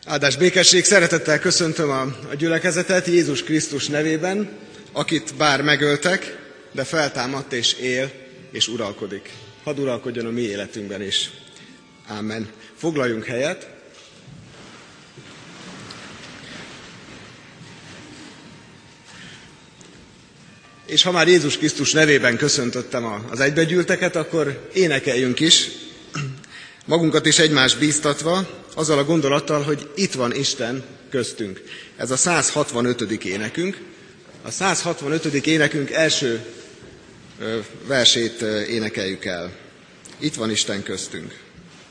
Áldás békesség, szeretettel köszöntöm a gyülekezetet Jézus Krisztus nevében, akit bár megöltek, de feltámadt és él és uralkodik. Hadd uralkodjon a mi életünkben is. Ámen. Foglaljunk helyet. És ha már Jézus Krisztus nevében köszöntöttem az egybegyűlteket, akkor énekeljünk is, magunkat is egymást bíztatva, azzal a gondolattal, hogy itt van Isten köztünk. Ez a 165. énekünk. A 165. énekünk első versét énekeljük el. Itt van Isten köztünk.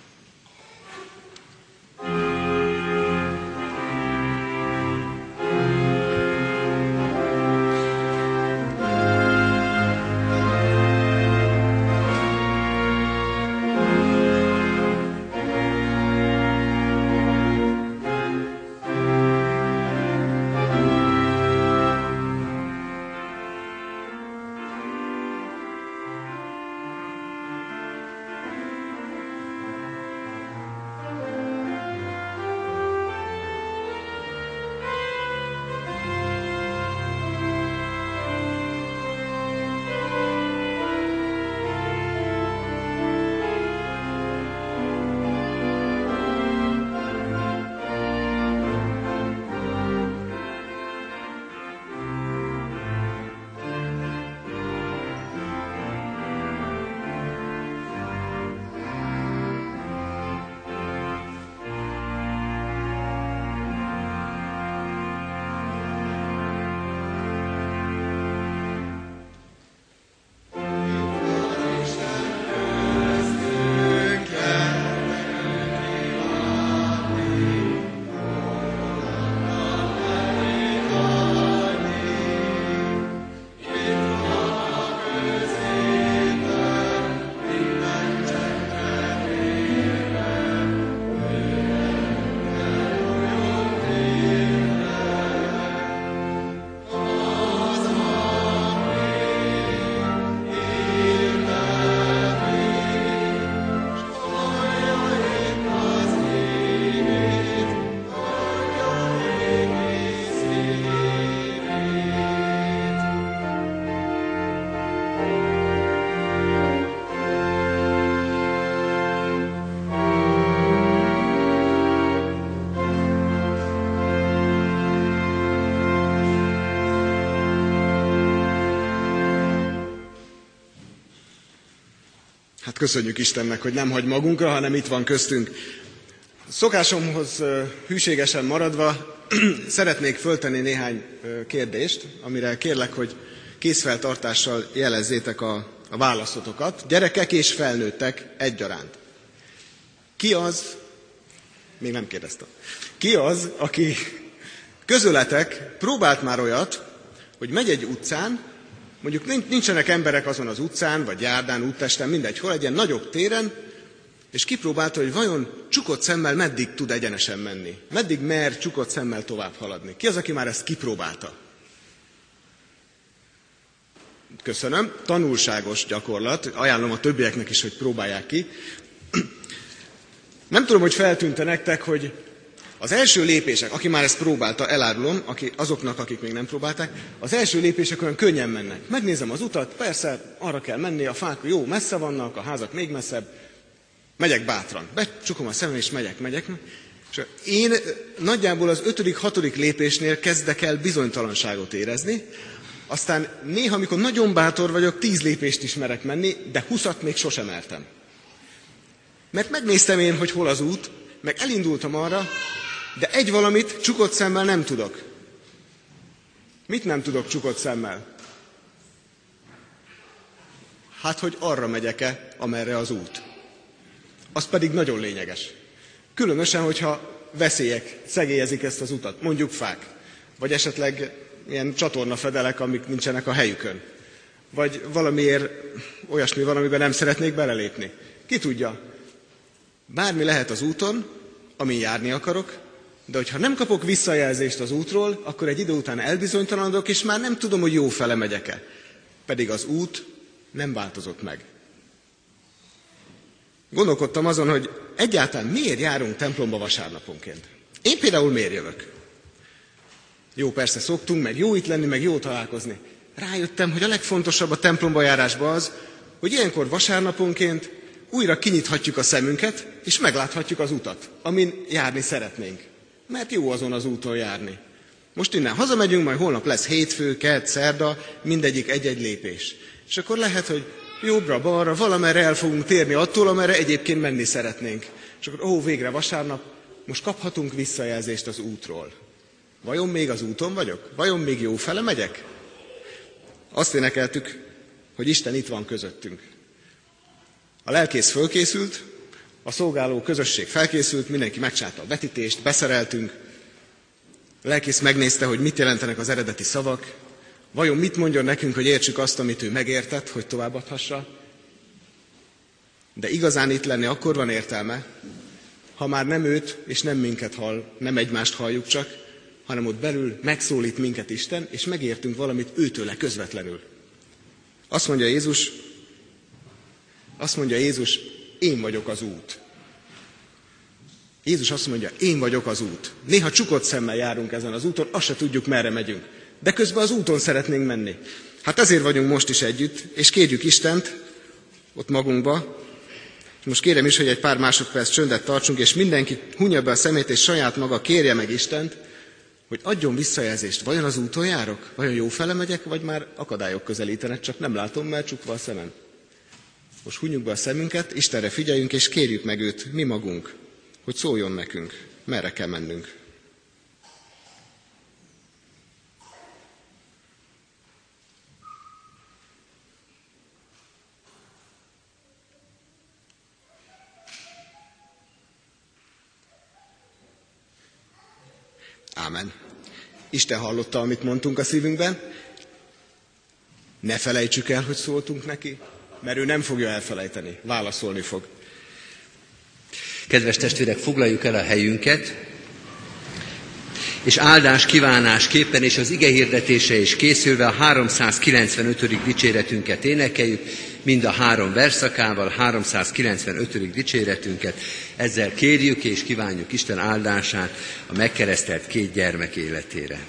Hát köszönjük Istennek, hogy nem hagy magunkra, hanem itt van köztünk. Szokásomhoz hűségesen maradva szeretnék föltenni néhány kérdést, amire kérlek, hogy készfeltartással jelezzétek a válaszotokat, gyerekek és felnőttek egyaránt. Ki az, még nem kérdeztem, ki az, aki közületek próbált már olyat, hogy megy egy utcán, mondjuk nincsenek emberek azon az utcán, vagy járdán, úttesten, mindegy, hol egy ilyen nagyobb téren, és kipróbálta, hogy vajon csukott szemmel meddig tud egyenesen menni. Meddig mer csukott szemmel tovább haladni. Ki az, aki már ezt kipróbálta? Köszönöm. Tanulságos gyakorlat. Ajánlom a többieknek is, hogy próbálják ki. Nem tudom, hogy feltűnt-e nektek, hogy az első lépések, aki már ezt próbálta, elárulom, azoknak, akik még nem próbálták, az első lépések olyan könnyen mennek. Megnézem az utat, persze, arra kell menni, a fák jó messze vannak, a házak még messzebb, megyek bátran. Becsukom a szemem és megyek. És én nagyjából az 5.-6. lépésnél kezdek el bizonytalanságot érezni, aztán néha, amikor nagyon bátor vagyok, 10 lépést is merek menni, de 20-at még sosem mertem. Mert megnéztem én, hogy hol az út, meg elindultam arra, de egy valamit csukott szemmel nem tudok. Mit nem tudok csukott szemmel? Hát, hogy arra megyek-e, amerre az út. Az pedig nagyon lényeges. Különösen, hogyha veszélyek szegélyezik ezt az utat, mondjuk fák, vagy esetleg ilyen csatornafedelek, amik nincsenek a helyükön. Vagy valamiért olyasmi van, amiben nem szeretnék belelépni. Ki tudja? Bármi lehet az úton, amin járni akarok, de hogyha nem kapok visszajelzést az útról, akkor egy idő után elbizonytalanodok, és már nem tudom, hogy jó fele megyek-e. Pedig az út nem változott meg. Gondolkodtam azon, hogy egyáltalán miért járunk templomba vasárnaponként. Én például miért jövök? Jó, persze szoktunk, meg jó itt lenni, meg jó találkozni. Rájöttem, hogy a legfontosabb a templomba járásban az, hogy ilyenkor vasárnaponként újra kinyithatjuk a szemünket, és megláthatjuk az utat, amin járni szeretnénk. Mert jó azon az úton járni. Most innen hazamegyünk, majd holnap lesz hétfő, kedd, szerda, mindegyik egy-egy lépés. És akkor lehet, hogy jobbra-balra, valamerre el fogunk térni attól, amerre egyébként menni szeretnénk. És akkor, végre vasárnap, most kaphatunk visszajelzést az útról. Vajon még az úton vagyok? Vajon még jó fele megyek? Azt énekeltük, hogy Isten itt van közöttünk. A lelkész fölkészült, a szolgáló közösség felkészült, mindenki megcsinálta a vetítést, beszereltünk. A lelkész megnézte, hogy mit jelentenek az eredeti szavak, vajon mit mondjon nekünk, hogy értsük azt, amit ő megértett, hogy továbbadhassa. De igazán itt lenni akkor van értelme, ha már nem őt és nem minket hall, nem egymást halljuk csak, hanem ott belül megszólít minket Isten, és megértünk valamit őtőle közvetlenül. Azt mondja Jézus, én vagyok az út. Jézus azt mondja, én vagyok az út. Néha csukott szemmel járunk ezen az úton, azt se tudjuk, merre megyünk. De közben az úton szeretnénk menni. Hát ezért vagyunk most is együtt, és kérjük Istent ott magunkba. És most kérem is, hogy egy pár másodperc csöndet tartsunk, és mindenki hunja be a szemét, és saját maga kérje meg Istent, hogy adjon visszajelzést. Vajon az úton járok? Vajon jó fele megyek, vagy már akadályok közelítenek, csak nem látom, mert csukva a szemem. Most hunjuk be a szemünket, Istenre figyeljünk, és kérjük meg őt, mi magunk, hogy szóljon nekünk, merre kell mennünk. Ámen. Isten hallotta, amit mondtunk a szívünkben. Ne felejtsük el, hogy szóltunk neki, mert ő nem fogja elfelejteni, válaszolni fog. Kedves testvérek, foglaljuk el a helyünket, és áldás kívánásképpen és az ige hirdetése is készülve a 395. dicséretünket énekeljük, mind a 3 versszakával, 395. dicséretünket. Ezzel kérjük és kívánjuk Isten áldását a megkeresztelt 2 gyermek életére.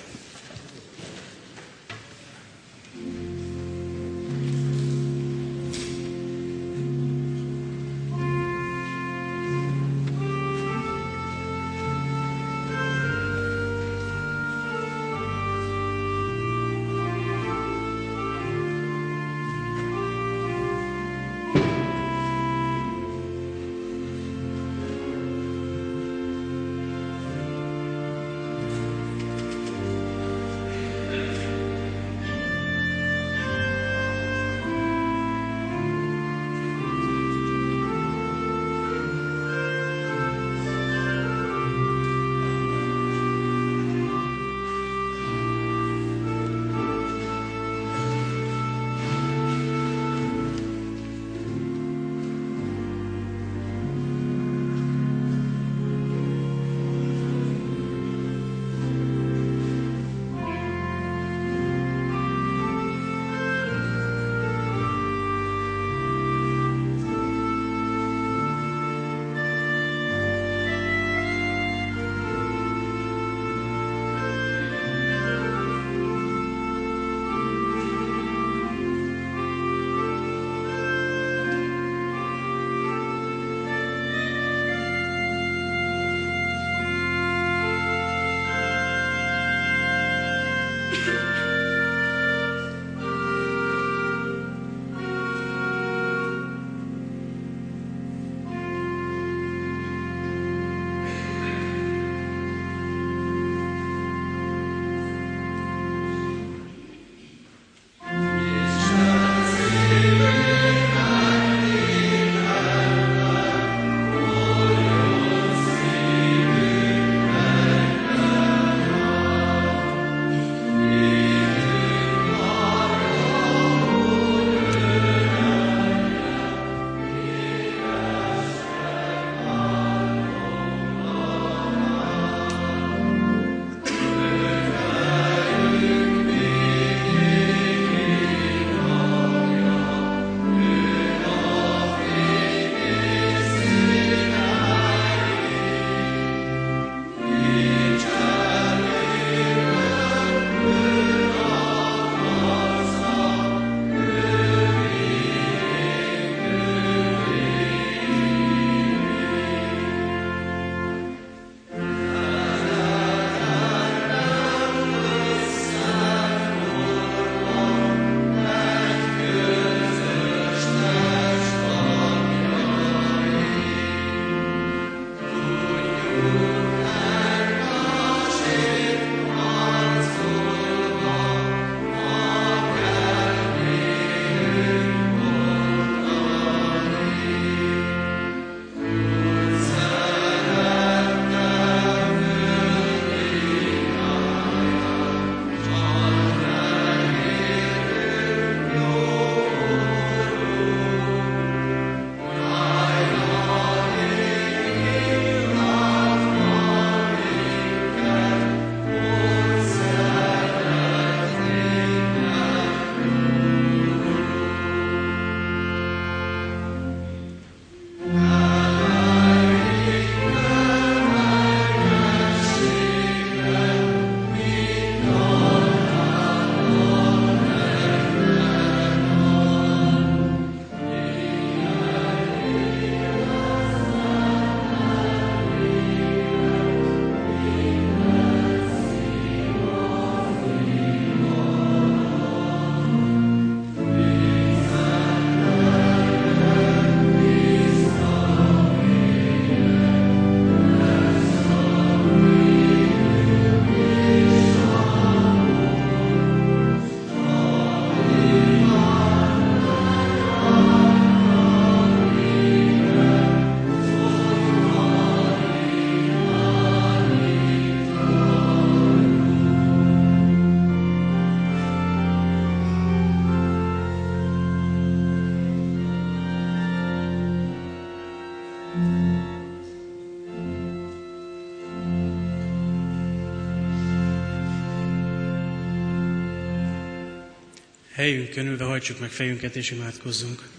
Helyünkön ülve hajtsuk meg fejünket és imádkozzunk.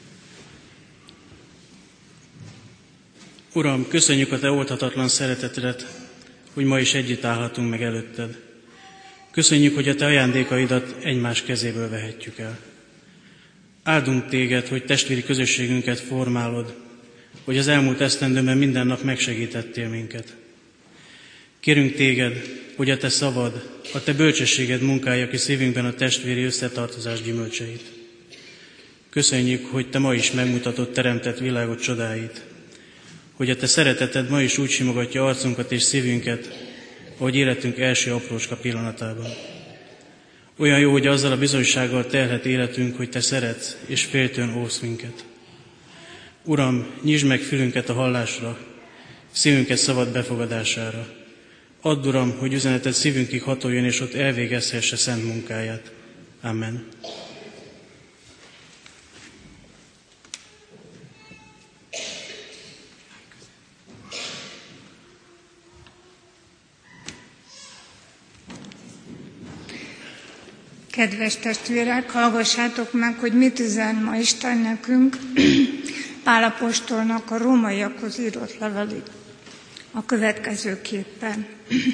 Uram, köszönjük a Te oldhatatlan szeretetedet, hogy ma is együtt állhatunk meg előtted. Köszönjük, hogy a Te ajándékaidat egymás kezéből vehetjük el. Áldunk Téged, hogy testvéri közösségünket formálod, hogy az elmúlt esztendőben minden nap megsegítettél minket. Kérünk Téged, hogy a Te szavad, a Te bölcsességed munkálja ki szívünkben a testvéri összetartozás gyümölcseit. Köszönjük, hogy Te ma is megmutatod teremtett világot csodáit, hogy a Te szereteted ma is úgy simogatja arcunkat és szívünket, ahogy életünk első aprócska pillanatában. Olyan jó, hogy azzal a bizonysággal telhet életünk, hogy Te szeretsz és féltőn óvsz minket. Uram, nyisd meg fülünket a hallásra, szívünket szabad befogadására. Add, Uram, hogy üzeneted szívünkig hatoljon, és ott elvégezhesse szent munkáját. Amen. Kedves testvérek, hallgassátok meg, hogy mit üzen ma Isten nekünk Pál apostolnak a rómaiakhoz írott levelét. A következőképpen.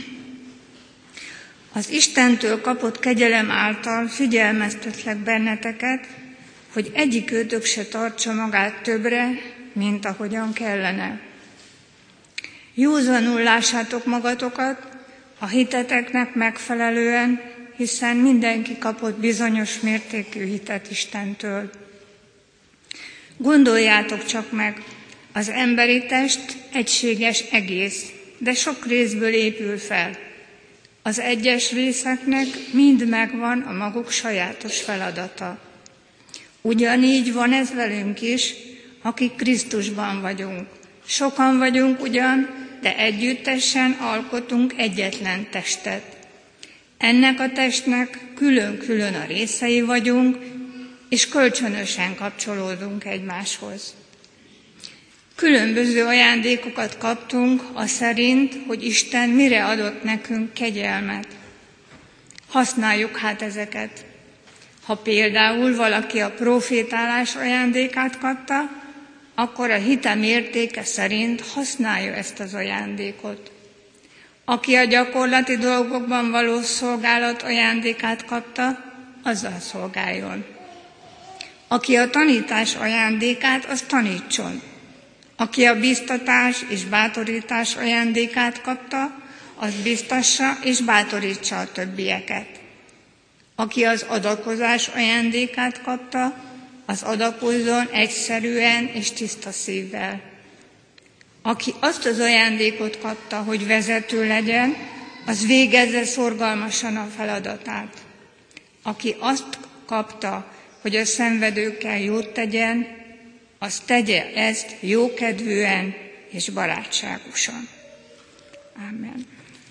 Az Istentől kapott kegyelem által figyelmeztetlek benneteket, hogy egyikőtök se tartsa magát többre, mint ahogyan kellene. Józanul lássátok magatokat a hiteteknek megfelelően, hiszen mindenki kapott bizonyos mértékű hitet Istentől. Gondoljátok csak meg, az emberi test egységes egész, de sok részből épül fel. Az egyes részeknek mind megvan a maguk sajátos feladata. Ugyanígy van ez velünk is, akik Krisztusban vagyunk. Sokan vagyunk ugyan, de együttesen alkotunk egyetlen testet. Ennek a testnek külön-külön a részei vagyunk, és kölcsönösen kapcsolódunk egymáshoz. Különböző ajándékokat kaptunk aszerint, hogy Isten mire adott nekünk kegyelmet. Használjuk hát ezeket. Ha például valaki a profétálás ajándékát kapta, akkor a hite mértéke szerint használja ezt az ajándékot. Aki a gyakorlati dolgokban való szolgálat ajándékát kapta, azzal szolgáljon. Aki a tanítás ajándékát, az tanítson. Aki a biztatás és bátorítás ajándékát kapta, az biztassa és bátorítsa a többieket. Aki az adakozás ajándékát kapta, az adakozzon egyszerűen és tiszta szívvel. Aki azt az ajándékot kapta, hogy vezető legyen, az végezze szorgalmasan a feladatát. Aki azt kapta, hogy a szenvedőkkel jót tegyen, az tegye ezt jókedvűen és barátságosan. Amen.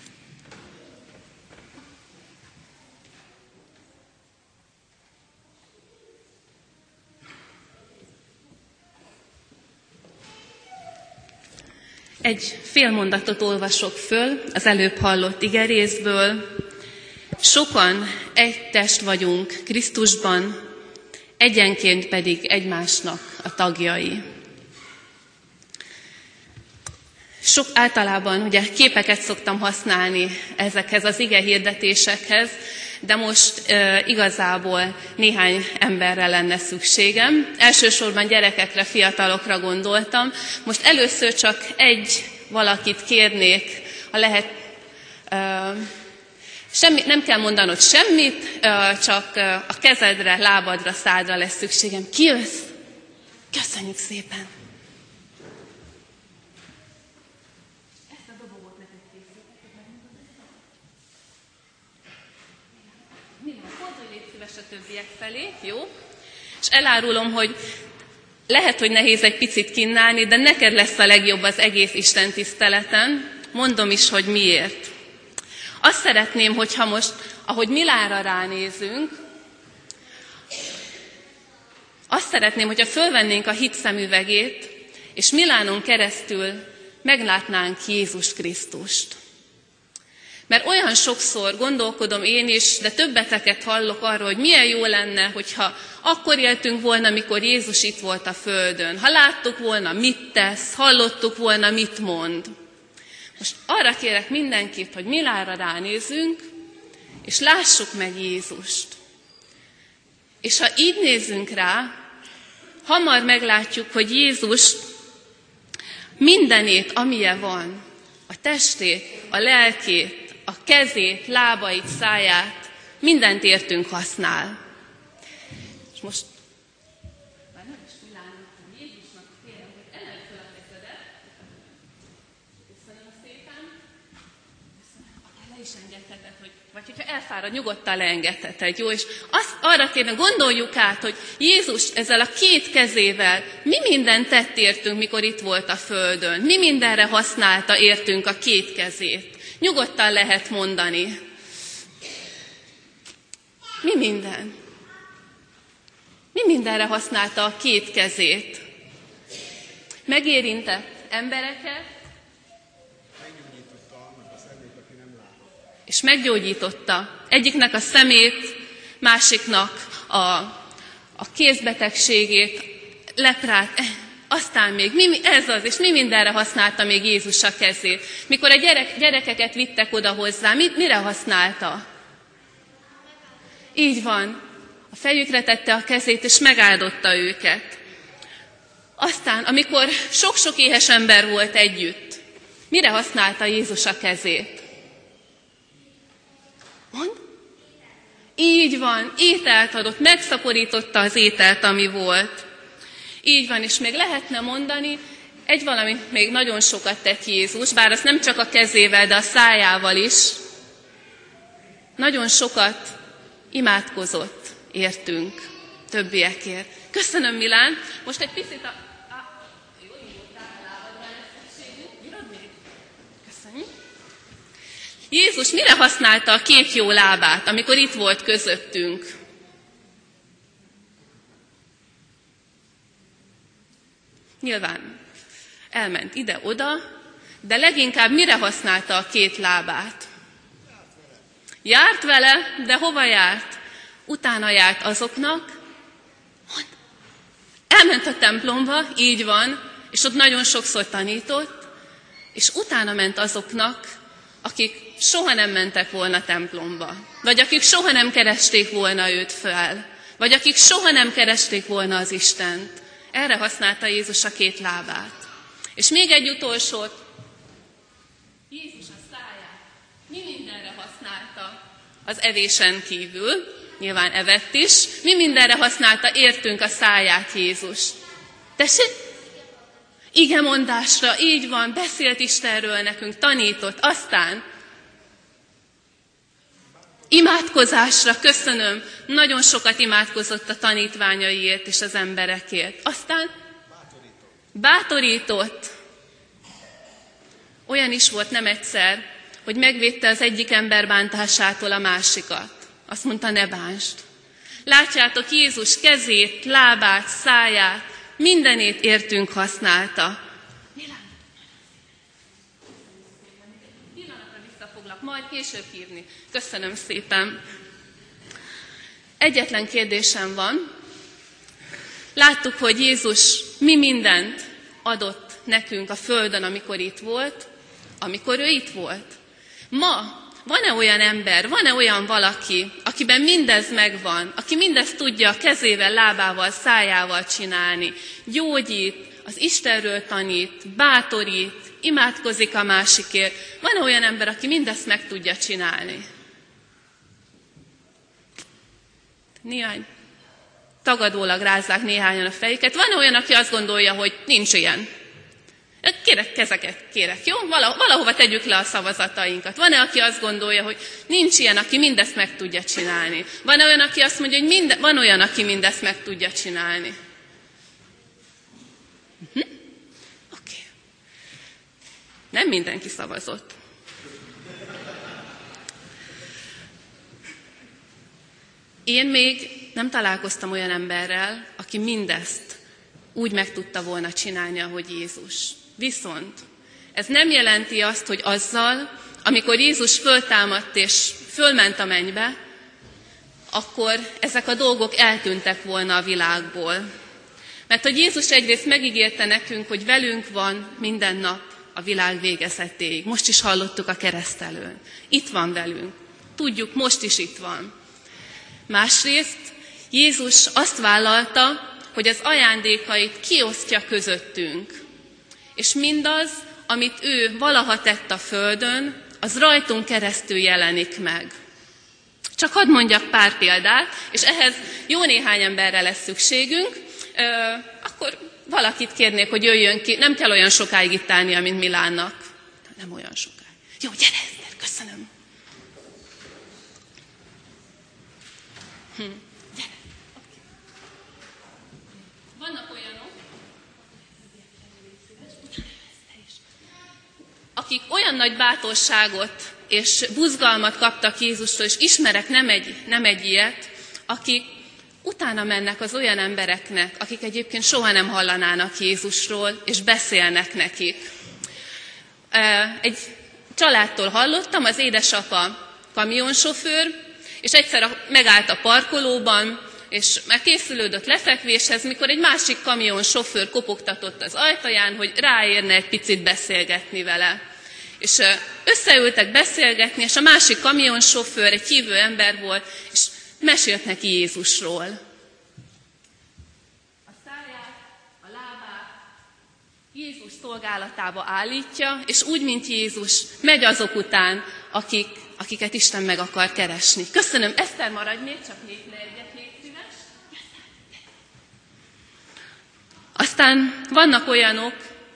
Egy fél mondatot olvasok föl az előbb hallott igerészből. Sokan egy test vagyunk Krisztusban, egyenként pedig egymásnak a tagjai. Általában ugye képeket szoktam használni ezekhez az igehirdetésekhez, de most igazából néhány emberre lenne szükszégem. Elsősorban gyerekekre, fiatalokra gondoltam. Most először csak egy valakit kérnék, ha lehet, nem kell mondanod semmit, csak a kezedre, lábadra, szádra lesz szükségem. Ki jössz? Köszönjük szépen! A többiek felé, jó? És elárulom, hogy lehet, hogy nehéz egy picit kínálni, de neked lesz a legjobb az egész Isten tiszteleten. Mondom is, hogy miért. Azt szeretném, hogyha most, ahogy Milára ránézünk, azt szeretném, hogyha fölvennénk a hit szemüvegét, és Milánon keresztül meglátnánk Jézus Krisztust. Mert olyan sokszor gondolkodom én is, de többeteket hallok arról, hogy milyen jó lenne, hogyha akkor éltünk volna, mikor Jézus itt volt a földön. Ha láttuk volna, mit tesz, hallottuk volna, mit mond. Most arra kérek mindenkit, hogy Milánra ránézzünk, és lássuk meg Jézust. És ha így nézzünk rá, hamar meglátjuk, hogy Jézus mindenét, amilyen van, a testét, a lelkét, a kezét, lábait, száját, mindent értünk használ. És most már nem is Milánnak, hogy Jézusnak kérem, hogy emeld fel a kezedet. Köszönöm szépen. Akár le is engedheted, vagy hogyha elfárad, nyugodtan leengedheted, jó? És arra kérem, gondoljuk át, hogy Jézus ezzel a két kezével mi mindent tett értünk, mikor itt volt a földön. Mi mindenre használta értünk a két kezét. Nyugodtan lehet mondani. Mi minden? Mi mindenre használta a két kezét? Megérintett embereket, és meggyógyította egyiknek a szemét, másiknak a kézbetegségét, leprát, aztán még ez az, és mi mindenre használta még Jézus a kezét. Mikor a gyerekeket vittek oda hozzá, mire használta? Így van, a fejükre tette a kezét, és megáldotta őket. Aztán, amikor sok-sok éhes ember volt együtt, mire használta Jézus a kezét? Mond? Így van, ételt adott, megszaporította az ételt, ami volt. Így van, és még lehetne mondani, egy valamit még nagyon sokat tett Jézus, bár az nem csak a kezével, de a szájával is. Nagyon sokat imádkozott értünk, többiekért. Köszönöm, Milán. Most egy picit Jó, köszönjük. Jézus mire használta a két jó lábát, amikor itt volt közöttünk? Nyilván elment ide-oda, de leginkább mire használta a két lábát? Járt vele, de hova járt? Utána járt azoknak, elment a templomba, így van, és ott nagyon sokszor tanított, és utána ment azoknak, akik soha nem mentek volna templomba, vagy akik soha nem keresték volna őt fel, vagy akik soha nem keresték volna az Istent. Erre használta Jézus a két lábát. És még egy utolsót. Jézus a száját mi mindenre használta az evésen kívül, nyilván evett is, mi mindenre használta értünk a száját Jézus. Tessék? Igemondásra, így van, beszélt Istenről nekünk, tanított, aztán imádkozásra, köszönöm, nagyon sokat imádkozott a tanítványaiért és az emberekért. Aztán bátorított. Olyan is volt nem egyszer, hogy megvédte az egyik ember bántásától a másikat. Azt mondta, ne bántsd. Látjátok, Jézus kezét, lábát, száját, mindenét értünk használta. Pillanatra visszafoglak, majd később hívni. Köszönöm szépen. Egyetlen kérdésem van. Láttuk, hogy Jézus mi mindent adott nekünk a földön, amikor itt volt, amikor ő itt volt. Ma van-e olyan ember, van-e olyan valaki, akiben mindez megvan, aki mindezt tudja kezével, lábával, szájával csinálni, gyógyít, az Istenről tanít, bátorít, imádkozik a másikért. Van-e olyan ember, aki mindezt meg tudja csinálni? Néhány tagadólag rázzák néhányan a fejüket. Van-e olyan, aki azt gondolja, hogy nincs ilyen? Kérek, kezeket kérek, jó? Valahova tegyük le a szavazatainkat. Van-e, aki azt gondolja, hogy nincs ilyen, aki mindezt meg tudja csinálni? Van-e olyan, aki azt mondja, hogy van olyan, aki mindezt meg tudja csinálni? Oké. Nem mindenki szavazott. Én még nem találkoztam olyan emberrel, aki mindezt úgy meg tudta volna csinálni, ahogy Jézus. Viszont ez nem jelenti azt, hogy azzal, amikor Jézus föltámadt és fölment a mennybe, akkor ezek a dolgok eltűntek volna a világból. Mert hogy Jézus egyrészt megígérte nekünk, hogy velünk van minden nap a világ végezetéig. Most is hallottuk a keresztelőn. Itt van velünk. Tudjuk, most is itt van. Másrészt Jézus azt vállalta, hogy az ajándékait kiosztja közöttünk. És mindaz, amit ő valaha tett a földön, az rajtunk keresztül jelenik meg. Csak hadd mondjak pár példát, és ehhez jó néhány emberre lesz szükségünk, akkor valakit kérnék, hogy jöjjön ki. Nem kell olyan sokáig itt állnia, mint Milánnak. Nem olyan sokáig. Jó, gyere, Eszter, köszönöm. Gyere. Vannak olyanok, akik olyan nagy bátorságot és buzgalmat kaptak Jézustól, és ismerek nem egy ilyet, akik utána mennek az olyan embereknek, akik egyébként soha nem hallanának Jézusról, és beszélnek nekik. Egy családtól hallottam, az édesapa kamionsofőr, és egyszer megállt a parkolóban, és már készülődött lefekvéshez, mikor egy másik kamionsofőr kopogtatott az ajtaján, hogy ráérne egy picit beszélgetni vele. És összeültek beszélgetni, és a másik kamionsofőr egy hívő ember volt, és mesélt neki Jézusról. A száját, a lábát Jézus szolgálatába állítja, és úgy, mint Jézus, megy azok után, akiket Isten meg akar keresni. Köszönöm, Eszter, maradj még, csak lépne egyet, légy szíves. Aztán vannak olyanok,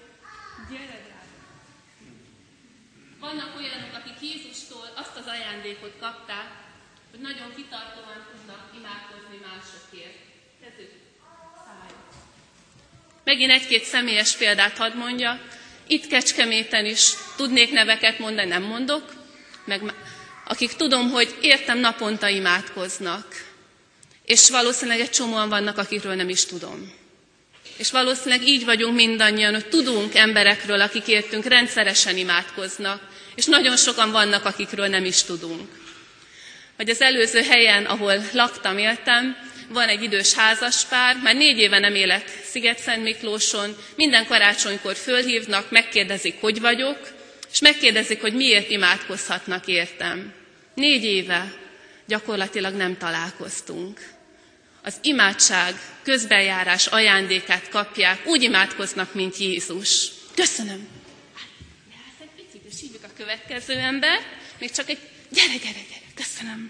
akik Jézustól azt az ajándékot kapták, hogy nagyon kitartóan tudnak imádkozni másokért. Kezük, száj. Megint egy-két személyes példát hadd mondjak. Itt Kecskeméten is tudnék neveket mondani, nem mondok, meg akik tudom, hogy értem naponta imádkoznak. És valószínűleg egy csomóan vannak, akikről nem is tudom. És valószínűleg így vagyunk mindannyian, hogy tudunk emberekről, akik értünk rendszeresen imádkoznak, és nagyon sokan vannak, akikről nem is tudunk. Vagy az előző helyen, ahol laktam, éltem, van egy idős házaspár, már 4 éve nem élek Sziget-Szentmiklóson, minden karácsonykor fölhívnak, megkérdezik, hogy vagyok, és megkérdezik, hogy miért imádkozhatnak értem. 4 éve gyakorlatilag nem találkoztunk. Az imádság, közbenjárás ajándékát kapják, úgy imádkoznak, mint Jézus. Köszönöm! Egy picit, és hívjuk a következő ember, még csak egy gyere, köszönöm!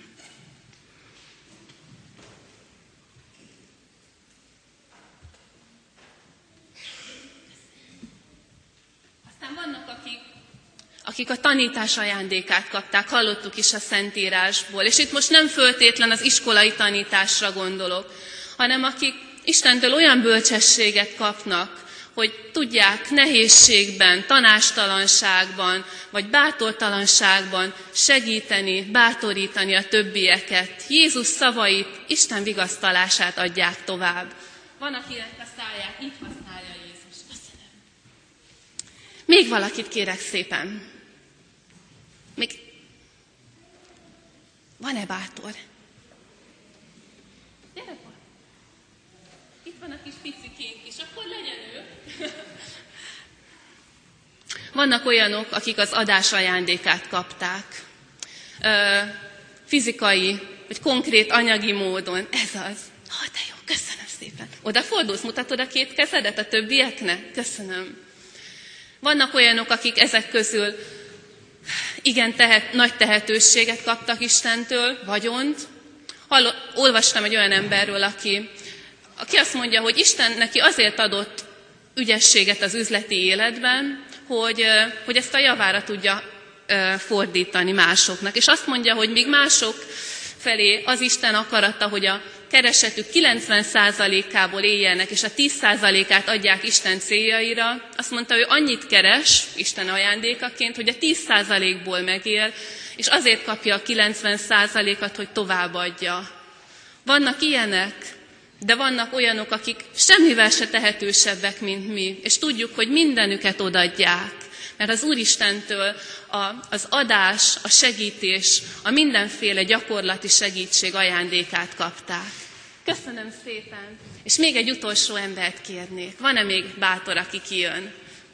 Aztán vannak, akik a tanítás ajándékát kapták, hallottuk is a Szentírásból, és itt most nem föltétlen az iskolai tanításra gondolok, hanem akik Istentől olyan bölcsességet kapnak, hogy tudják nehézségben, tanástalanságban, vagy bátortalanságban segíteni, bátorítani a többieket. Jézus szavait, Isten vigasztalását adják tovább. Van, akinek a száját így használja Jézus. Köszönöm. Még valakit kérek szépen. Még van-e bátor? Gyere van. Itt van a kis picikénk is, akkor legyen ő. Vannak olyanok, akik az adás ajándékát kapták. Fizikai, vagy konkrét anyagi módon. Ez az. De jó, köszönöm szépen. Odafordulsz, mutatod a 2 kezedet a többieknek? Köszönöm. Vannak olyanok, akik ezek közül igen nagy tehetőséget kaptak Istentől, vagyont. Olvastam egy olyan emberről, aki azt mondja, hogy Isten neki azért adott ügyességet az üzleti életben, hogy ezt a javára tudja fordítani másoknak. És azt mondja, hogy míg mások felé az Isten akarata, hogy a keresetük 90%-ából éljenek, és a 10%-át adják Isten céljaira, azt mondta, ő annyit keres Isten ajándékaként, hogy a 10%-ból megél, és azért kapja a 90%-at, hogy továbbadja. Vannak ilyenek, de vannak olyanok, akik semmivel se tehetősebbek, mint mi, és tudjuk, hogy mindenüket odadják. mert az Úristentől az adás, a segítés, a mindenféle gyakorlati segítség ajándékát kapták. Köszönöm szépen! És még egy utolsó embert kérnék. Van-e még bátor, aki kijön?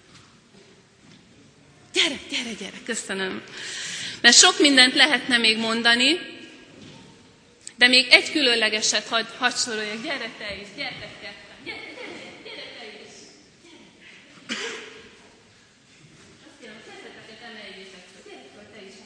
Gyere, köszönöm. Mert sok mindent lehetne még mondani, de még egy különlegeset hadd soroljak. Gyere te is, gyertek ketten. Gyere te is. Azt kérem, a kezeteket emeljétek fel. Gyere fel te is.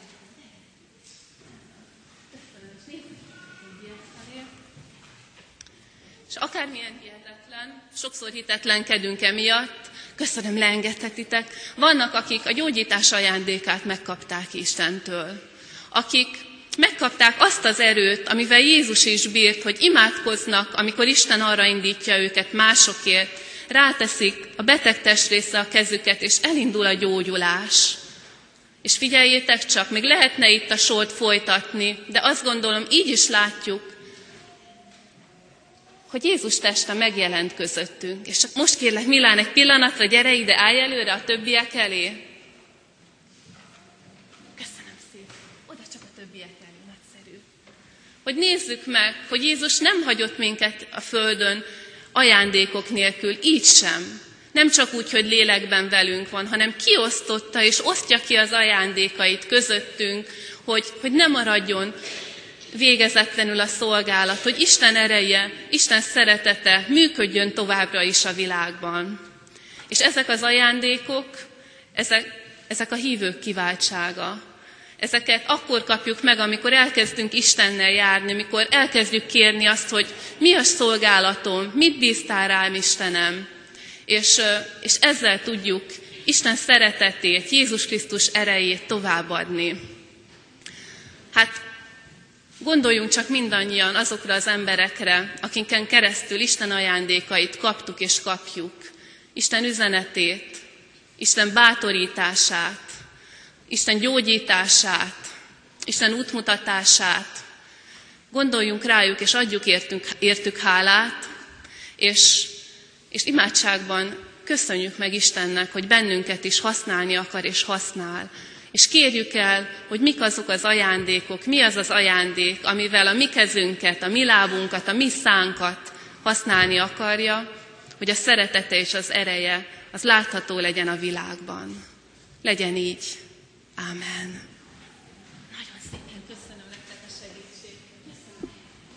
Köszönöm, és nézzük, és akármilyen hihetetlen, sokszor hitetlenkedünk emiatt, köszönöm, leengedhetitek. Vannak, akik a gyógyítás ajándékát megkapták Istentől. Akik megkapták azt az erőt, amivel Jézus is bírt, hogy imádkoznak, amikor Isten arra indítja őket másokért, ráteszik a beteg testrészre a kezüket, és elindul a gyógyulás. És figyeljétek csak, még lehetne itt a sort folytatni, de azt gondolom, így is látjuk, hogy Jézus teste megjelent közöttünk. És csak most kérlek, Milán, egy pillanatra gyere ide, állj előre a többiek elé. Köszönöm szépen. Oda csak a többiek elé, nagyszerű. Hogy nézzük meg, hogy Jézus nem hagyott minket a földön ajándékok nélkül, így sem. Nem csak úgy, hogy lélekben velünk van, hanem kiosztotta és osztja ki az ajándékait közöttünk, hogy ne maradjon végezetlenül a szolgálat, hogy Isten ereje, Isten szeretete működjön továbbra is a világban. És ezek az ajándékok, ezek a hívők kiváltsága. Ezeket akkor kapjuk meg, amikor elkezdünk Istennel járni, amikor elkezdjük kérni azt, hogy mi a szolgálatom, mit bíztál rám, Istenem. És ezzel tudjuk Isten szeretetét, Jézus Krisztus erejét továbbadni. Hát gondoljunk csak mindannyian azokra az emberekre, akiken keresztül Isten ajándékait kaptuk és kapjuk. Isten üzenetét, Isten bátorítását, Isten gyógyítását, Isten útmutatását. Gondoljunk rájuk, és adjuk értük hálát, és imádságban köszönjük meg Istennek, hogy bennünket is használni akar és használ. És kérjük el, hogy mik azok az ajándékok, mi az az ajándék, amivel a mi kezünket, a mi lábunkat, a mi szánkat használni akarja, hogy a szeretete és az ereje az látható legyen a világban. Legyen így. Ámen. Nagyon szépen köszönöm nektek a segítséget. Köszönöm.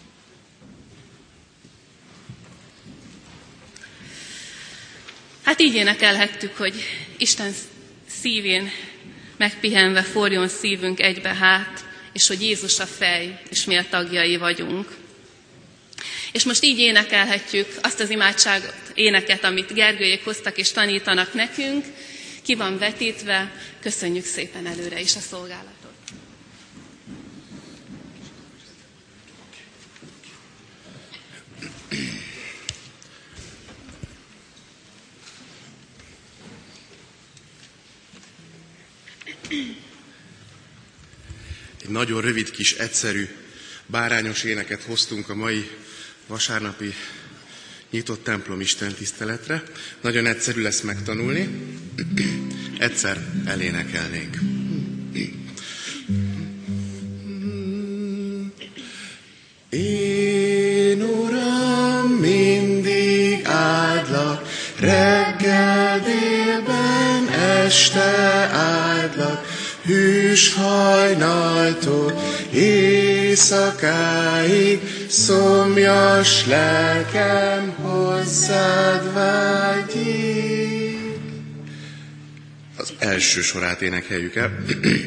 Hát így énekelhettük, hogy Isten szívén megpihenve forjon szívünk egybe hát, és hogy Jézus a fej, és mi a tagjai vagyunk. És most így énekelhetjük azt az éneket, amit Gergőjék hoztak és tanítanak nekünk, ki van vetítve, köszönjük szépen előre is a szolgálatot. Egy nagyon rövid kis, egyszerű, bárányos éneket hoztunk a mai vasárnapi nyitott templom istentiszteletre. Nagyon egyszerű lesz megtanulni. Egyszer elénekelnénk. Én, Uram, mindig áldlak, reggel, délben, este áldlak, hűs hajnaltól éjszakáig, szomjas lelkem hozzád vágyik. Az első sorát énekeljük el.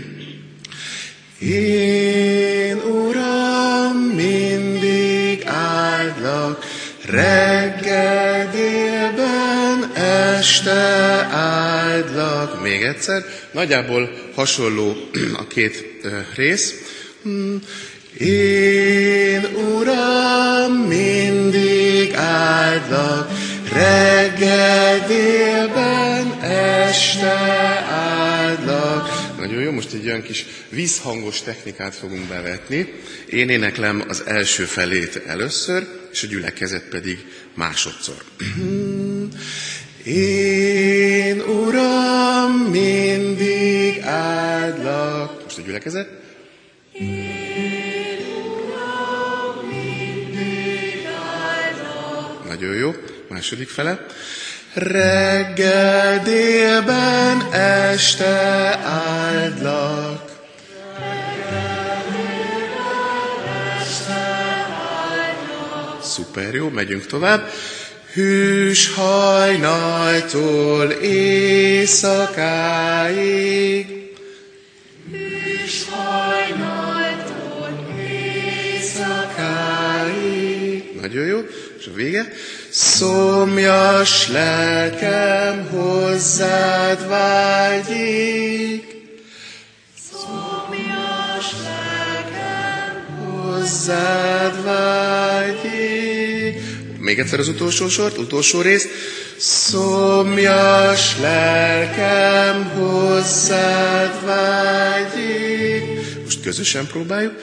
Én, Uram, mindig áldlak, reggel, délben, este áldlak. Még egyszer, nagyjából hasonló a két rész. Én, Uram, mindig áldlak, reggel, délben, este áldlak. Nagyon jó, most egy olyan kis vízhangos technikát fogunk bevetni. Én éneklem az első felét először, és a gyülekezet pedig másodszor. Én, Uram, mindig áldlak. Most a gyülekezet. Én, Uram, mindig áldlak. Nagyon jó. Második fele. Reggel, délben, este áldlak. Szuper, jó, megyünk tovább. Hűs hajnaltól éjszakáig. Hűs hajnaltól éjszakáig. Nagyon jó, és a vége. Szomjas lelkem hozzád vágyik. Szomjas lelkem hozzád vágyik. Még egyszer az utolsó sort, utolsó részt. Szomjas lelkem hozzád vágyik. Most közösen próbáljuk.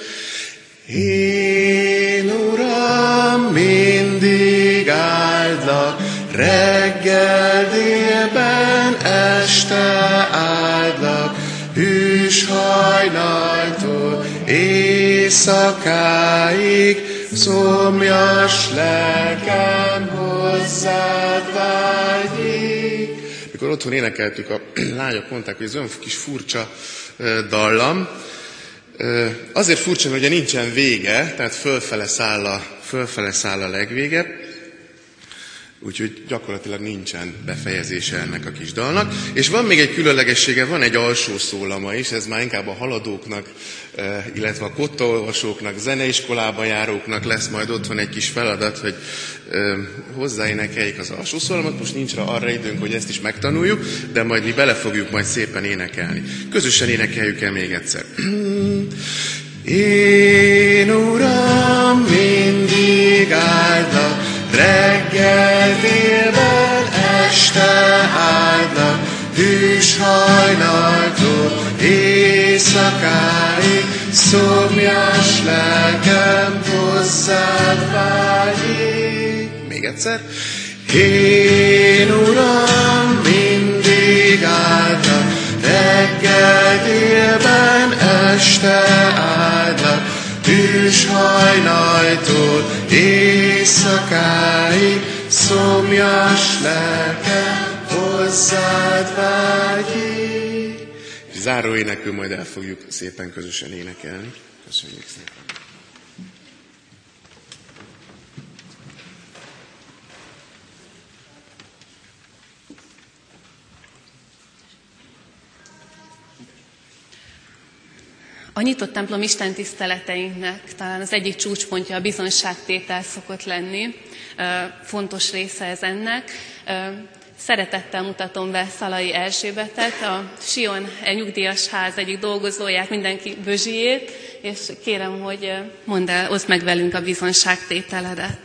Én, Uram, mindig áldlak, reggel, délben, este áldlak, hűs hajnaltól éjszakáig, szomjas lelkem hozzád vágyik. Mikor otthon énekeltük, a lányok mondták, hogy ez olyan kis furcsa dallam. Azért furcsa, hogy nincsen vége, tehát fölfele száll a legvége, úgyhogy gyakorlatilag nincsen befejezése ennek a kis dalnak. És van még egy különlegessége, van egy alsó szólama is, ez már inkább a haladóknak, illetve a kottaolvasóknak, zeneiskolába járóknak lesz majd otthon egy kis feladat, hogy hozzáénekeljék az alsó szólamat. Most nincs arra időnk, hogy ezt is megtanuljuk, de majd mi bele fogjuk majd szépen énekelni. Közösen énekeljük el még egyszer. Én, Uram, mindig áldlak, reggel, délben, este áldlak, hűs hajnaltól éjszakáig, szomjas lelkem hozzád vágyik. Még egyszer. Én, Uram, mindig áldlak, reggel, délben, este áldlak, hűs hajnaltól éjszakáig, szomjas lelkem hozzád vágyik. Záró énekül majd el fogjuk szépen közösen énekelni. Köszönjük szépen. A nyitott templom istentiszteleteinknek talán az egyik csúcspontja a bizonyságtétel szokott lenni. Fontos része ez ennek. Szeretettel mutatom be Szalai Erzsébetet, a Sion nyugdíjas ház egyik dolgozóját, mindenki Bözsiét, és kérem, hogy oszd meg velünk a bizonyságtételedet.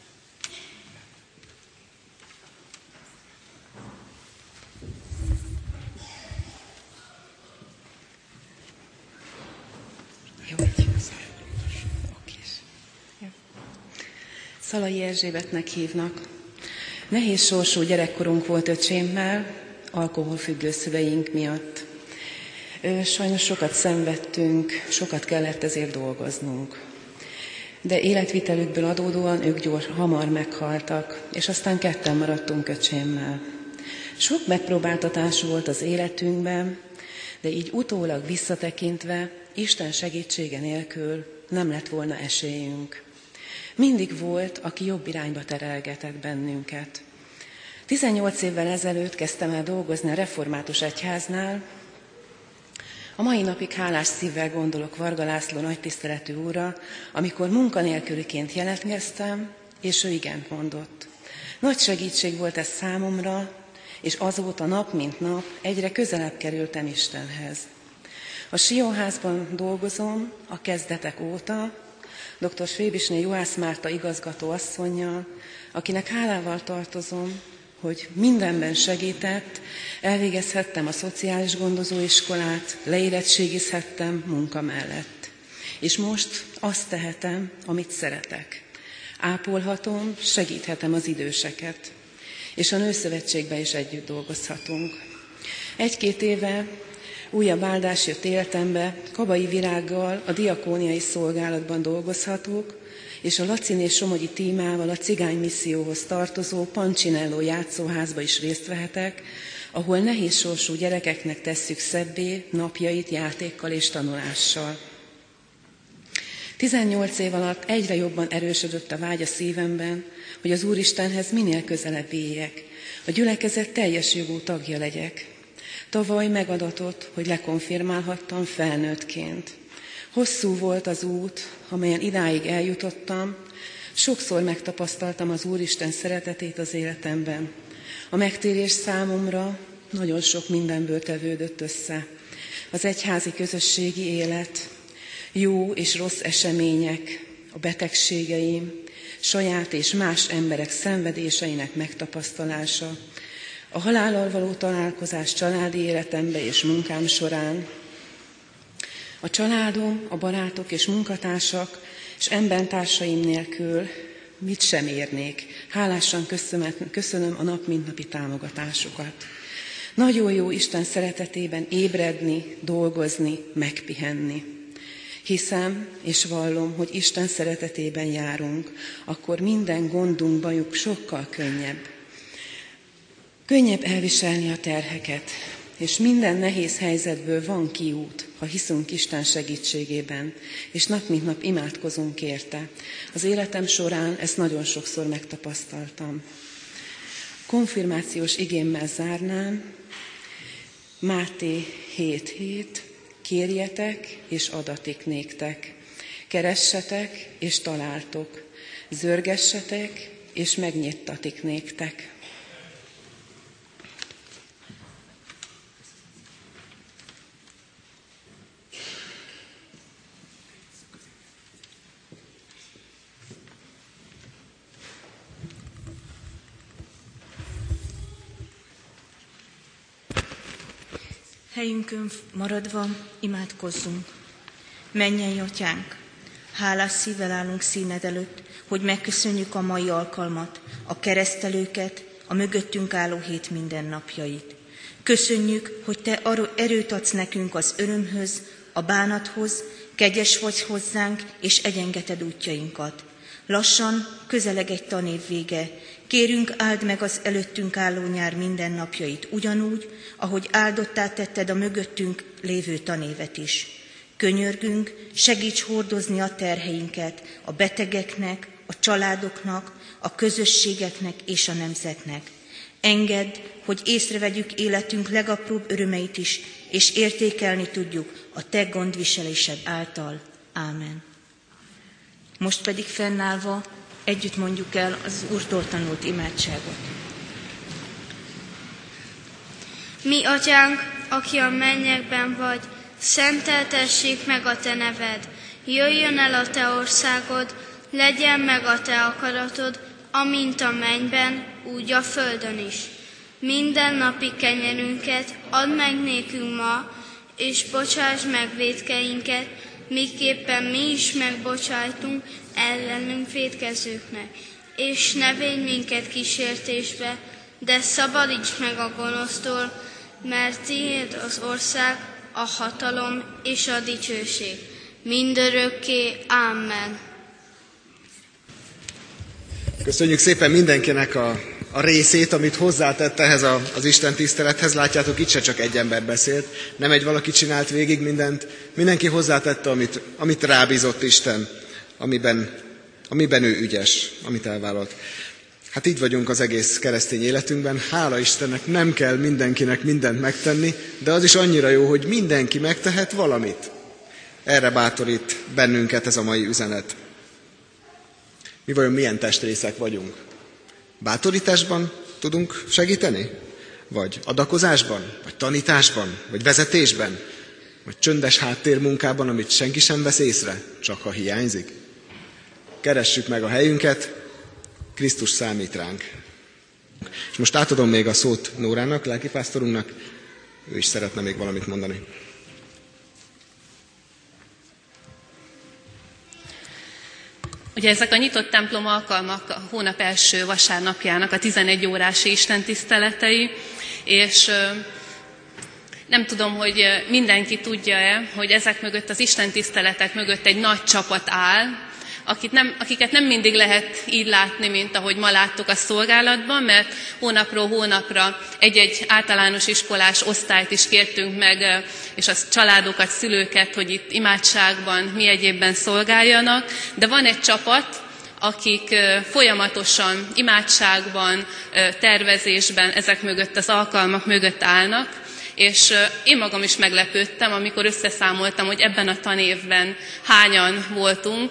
Szalai Erzsébetnek hívnak. Nehéz sorsú gyerekkorunk volt öcsémmel, alkoholfüggő szüleink miatt. Sajnos sokat szenvedtünk, sokat kellett ezért dolgoznunk. De életvitelükből adódóan ők hamar meghaltak, és aztán ketten maradtunk öcsémmel. Sok megpróbáltatás volt az életünkben, de így utólag visszatekintve, Isten segítsége nélkül nem lett volna esélyünk. Mindig volt, aki jobb irányba terelgetett bennünket. 18 évvel ezelőtt kezdtem el dolgozni a Református Egyháznál. A mai napig hálás szívvel gondolok Varga László nagytiszteletű úrra, amikor munkanélküliként jelentkeztem, és ő igent mondott. Nagy segítség volt ez számomra, és azóta nap mint nap egyre közelebb kerültem Istenhez. A Sionházban dolgozom a kezdetek óta, dr. Svébisné Juhász Márta igazgató asszonnyal, akinek hálával tartozom, hogy mindenben segített, elvégezhettem a szociális gondozóiskolát, leérettségizhettem munka mellett. És most azt tehetem, amit szeretek. Ápolhatom, segíthetem az időseket, és a Nőszövetségben is együtt dolgozhatunk. 1-2 éve újabb áldás jött életembe, Kabai Virággal a diakóniai szolgálatban dolgozhatok, és a Laciné Somogyi tímával a cigány misszióhoz tartozó Pancinello játszóházba is részt vehetek, ahol nehéz sorsú gyerekeknek tesszük szebbé napjait játékkal és tanulással. 18 év alatt egyre jobban erősödött a vágy a szívemben, hogy az Úristenhez minél közelebb éljek, a gyülekezet teljes jogú tagja legyek. Tavaly megadatott, hogy lekonfirmálhattam felnőttként. Hosszú volt az út, amelyen idáig eljutottam, sokszor megtapasztaltam az Úristen szeretetét az életemben. A megtérés számomra nagyon sok mindenből tevődött össze. Az egyházi közösségi élet, jó és rossz események, a betegségeim, saját és más emberek szenvedéseinek megtapasztalása, a halállal való találkozás családi életembe és munkám során, a családom, a barátok és munkatársak és embertársaim nélkül mit sem érnék. Hálásan köszönöm a nap mindnapi támogatásukat. Nagyon jó Isten szeretetében ébredni, dolgozni, megpihenni. Hiszem és vallom, hogy Isten szeretetében járunk, akkor minden gondunk, bajuk sokkal könnyebb. Könnyebb elviselni a terheket, és minden nehéz helyzetből van kiút, ha hiszünk Isten segítségében, és nap mint nap imádkozunk érte. Az életem során ezt nagyon sokszor megtapasztaltam. Konfirmációs igémmel zárnám, Máté 7:7, kérjetek és adatik néktek, keressetek és találtok, zörgessetek és megnyittatik néktek. Helyünkön maradva imádkozzunk. Mennyei Atyánk, hálás szívvel állunk színed előtt, hogy megköszönjük a mai alkalmat, a keresztelőket, a mögöttünk álló hét mindennapjait. Köszönjük, hogy Te erőt adsz nekünk az örömhöz, a bánathoz, kegyes vagy hozzánk, és egyengeted útjainkat. Lassan közeleg egy tanév vége. Kérünk, áld meg az előttünk álló nyár mindennapjait ugyanúgy, ahogy áldottá tetted a mögöttünk lévő tanévet is. Könyörgünk, segíts hordozni a terheinket a betegeknek, a családoknak, a közösségeknek és a nemzetnek. Engedd, hogy észrevegyük életünk legapróbb örömeit is, és értékelni tudjuk a Te gondviselésed által. Ámen. Most pedig fennállva együtt mondjuk el az Úrtól tanult imádságot. Mi Atyánk, aki a mennyekben vagy, szenteltessék meg a Te neved, jöjjön el a Te országod, legyen meg a Te akaratod, amint a mennyben, úgy a földön is. Minden napi kenyerünket add meg nékünk ma, és bocsáss meg vétkeinket, miképpen mi is megbocsájtunk ellenünk vétkezőknek. És ne védj minket kísértésbe, de szabadíts meg a gonosztól, mert Tiéd az ország, a hatalom és a dicsőség. Mindörökké. Amen. Köszönjük szépen mindenkinek a részét, amit hozzátett ehhez az Isten tisztelethez. Látjátok, itt se csak egy ember beszélt, nem egy valaki csinált végig mindent, mindenki hozzátette, amit rábízott Isten, amiben ő ügyes, amit elvállalt. Hát így vagyunk az egész keresztény életünkben, hála Istennek, nem kell mindenkinek mindent megtenni, de az is annyira jó, hogy mindenki megtehet valamit. Erre bátorít bennünket ez a mai üzenet. Mi vajon milyen testrészek vagyunk? Bátorításban tudunk segíteni? Vagy adakozásban? Vagy tanításban? Vagy vezetésben? Vagy csöndes háttérmunkában, amit senki sem vesz észre, csak ha hiányzik? Keressük meg a helyünket, Krisztus számít ránk. És most átadom még a szót Nórának, lelkipásztorunknak, ő is szeretne még valamit mondani. Ugye ezek a nyitott templom alkalmak a hónap első vasárnapjának a 11 órás istentiszteletei, és Nem tudom, hogy mindenki tudja-e, hogy ezek mögött, az istentiszteletek mögött egy nagy csapat áll, akiket nem mindig lehet így látni, mint ahogy ma láttuk a szolgálatban, mert hónapról hónapra egy-egy általános iskolás osztályt is kértünk meg, és az családokat, szülőket, hogy itt imádságban, mi egyébben szolgáljanak, de van egy csapat, akik folyamatosan imádságban, tervezésben, ezek mögött, az alkalmak mögött állnak, és én magam is meglepődtem, amikor összeszámoltam, hogy ebben a tanévben hányan voltunk,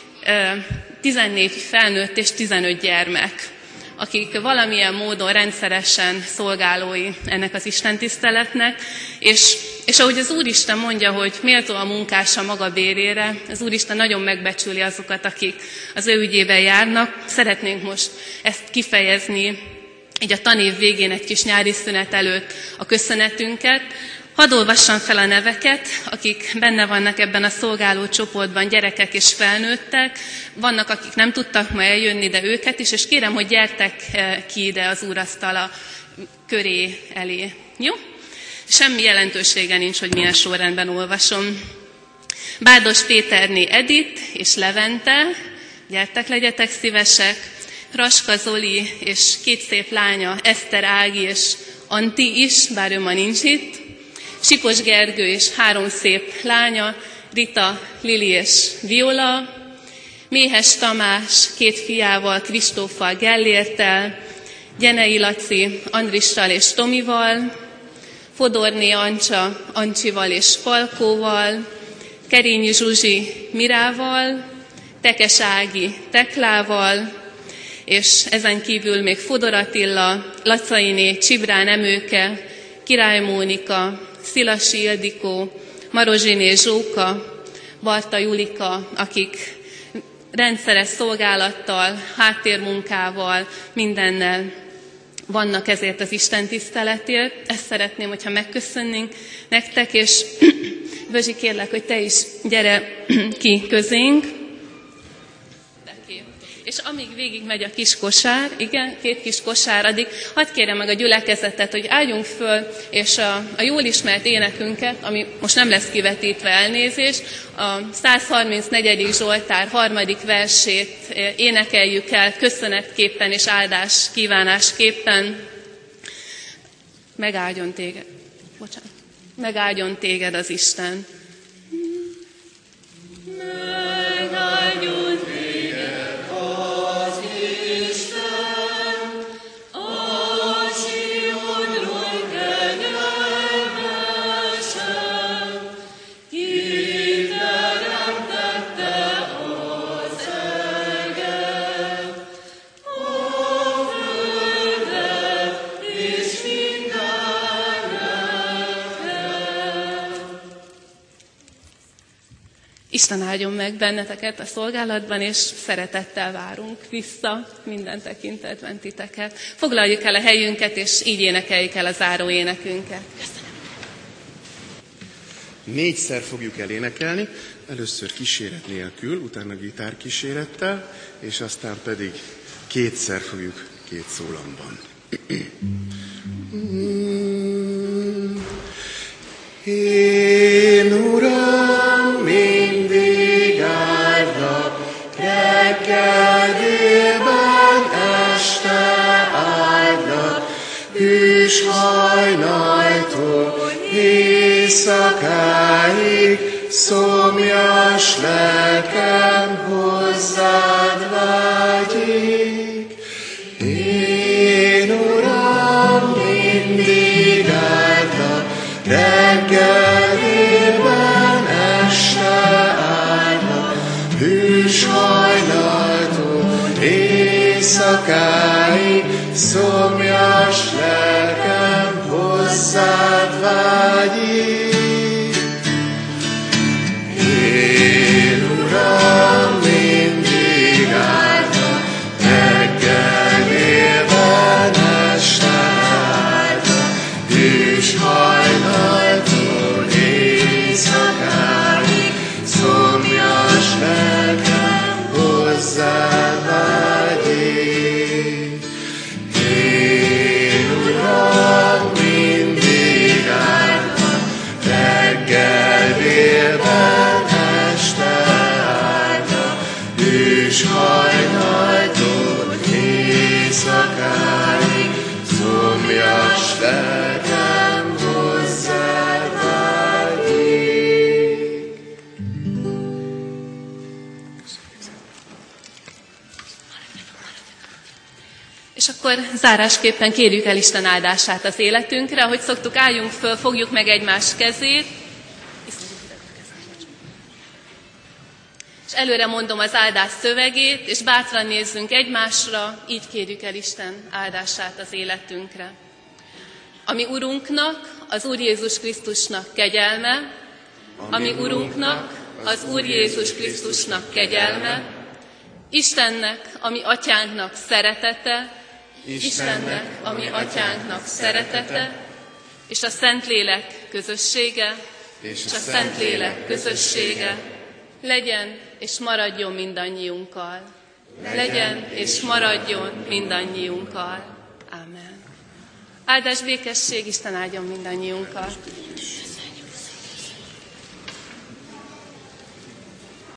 14 felnőtt és 15 gyermek, akik valamilyen módon rendszeresen szolgálói ennek az istentiszteletnek, és ahogy az Úristen mondja, hogy méltó a munkása maga bérére, az Úristen nagyon megbecsüli azokat, akik az ő ügyében járnak. Szeretnénk most ezt kifejezni, így a tanév végén egy kis nyári szünet előtt a köszönetünket. Hadd olvassam fel a neveket, akik benne vannak ebben a szolgáló csoportban, gyerekek és felnőttek. Vannak, akik nem tudtak ma eljönni, de őket is, és kérem, hogy gyertek ki ide az úrasztala köré elé. Jó? Semmi jelentősége nincs, hogy milyen sorrendben olvasom. Bárdos Péterné Edith és Levente, gyertek, legyetek szívesek. Raska Zoli és 2 szép lánya, Eszter Ági és Anti is, bár ő ma nincs itt. Sipos Gergő és 3 szép lánya, Rita, Lili és Viola. Méhes Tamás 2 fiával, Kristóffal, Gellérttel. Gyenei Laci, Andrissal és Tomival. Fodorné Ancsa, Ancsival és Falkóval. Kerényi Zsuzsi, Mirával. Tekes Ági, Teklával. És ezen kívül még Fodor Attila, Lacainé, Csibrán Emőke, Király Mónika, Szilasi Ildikó, Marozsiné Zsóka, Barta Julika, akik rendszeres szolgálattal, háttérmunkával, mindennel vannak ezért az istentiszteletért. Ezt szeretném, hogyha megköszönnénk nektek, és Bözsi, kérlek, hogy te is gyere ki közénk. És amíg végig megy a kis kosár, igen, 2 kis kosár, addig hadd kérjem meg a gyülekezetet, hogy álljunk föl, és a jól ismert énekünket, ami most nem lesz kivetítve, elnézést, a 134. Zsoltár 3. versét énekeljük el köszönetképpen és áldás kívánásképpen. Megáldjon téged az Isten. Megáldjon téged. Isten áldjon meg benneteket a szolgálatban, és szeretettel várunk vissza minden tekintetben titeket. Foglaljuk el a helyünket, és így énekeljük el a záró énekünket. Köszönöm. 4-szer fogjuk elénekelni, először kíséret nélkül, utána gitárkísérettel, és aztán pedig 2-szer fogjuk 2 szólamban. Én, Uram, mindig áldlak, reggel, délben, este áldlak, hűs hajnaltól éjszakáig, szomjas lelkem hozzád vágyik. Én, Uram, mindig áldlak, reggel, délben, este áldlak, hűs hajnaltól éjszakáig, szomjas lelkem hozzád vágyik. Én, Uram, mindig áldlak, reggel, délben, este áldlak, hűs hajnaltól éjszakáig, szomjas lelkem hozzád vágyik. Én, Uram, mindig áldlak, És akkor zárásképpen kérjük el Isten áldását az életünkre, ahogy szoktuk, álljunk föl, fogjuk meg egymás kezét, és előre mondom az áldás szövegét, és bátran nézzünk egymásra, így kérjük el Isten áldását az életünkre. Ami Urunknak, az Úr Jézus Krisztusnak kegyelme, ami Urunknak, az Úr Jézus Krisztusnak kegyelme, Istennek, ami Atyánknak szeretete, Istennek, ami Atyánknak szeretete, és a Szentlélek közössége, legyen és maradjon mindannyiunkkal. Legyen és maradjon mindannyiunkkal. Ámen. Áldás, békesség, Isten áldjon mindannyiunkkal.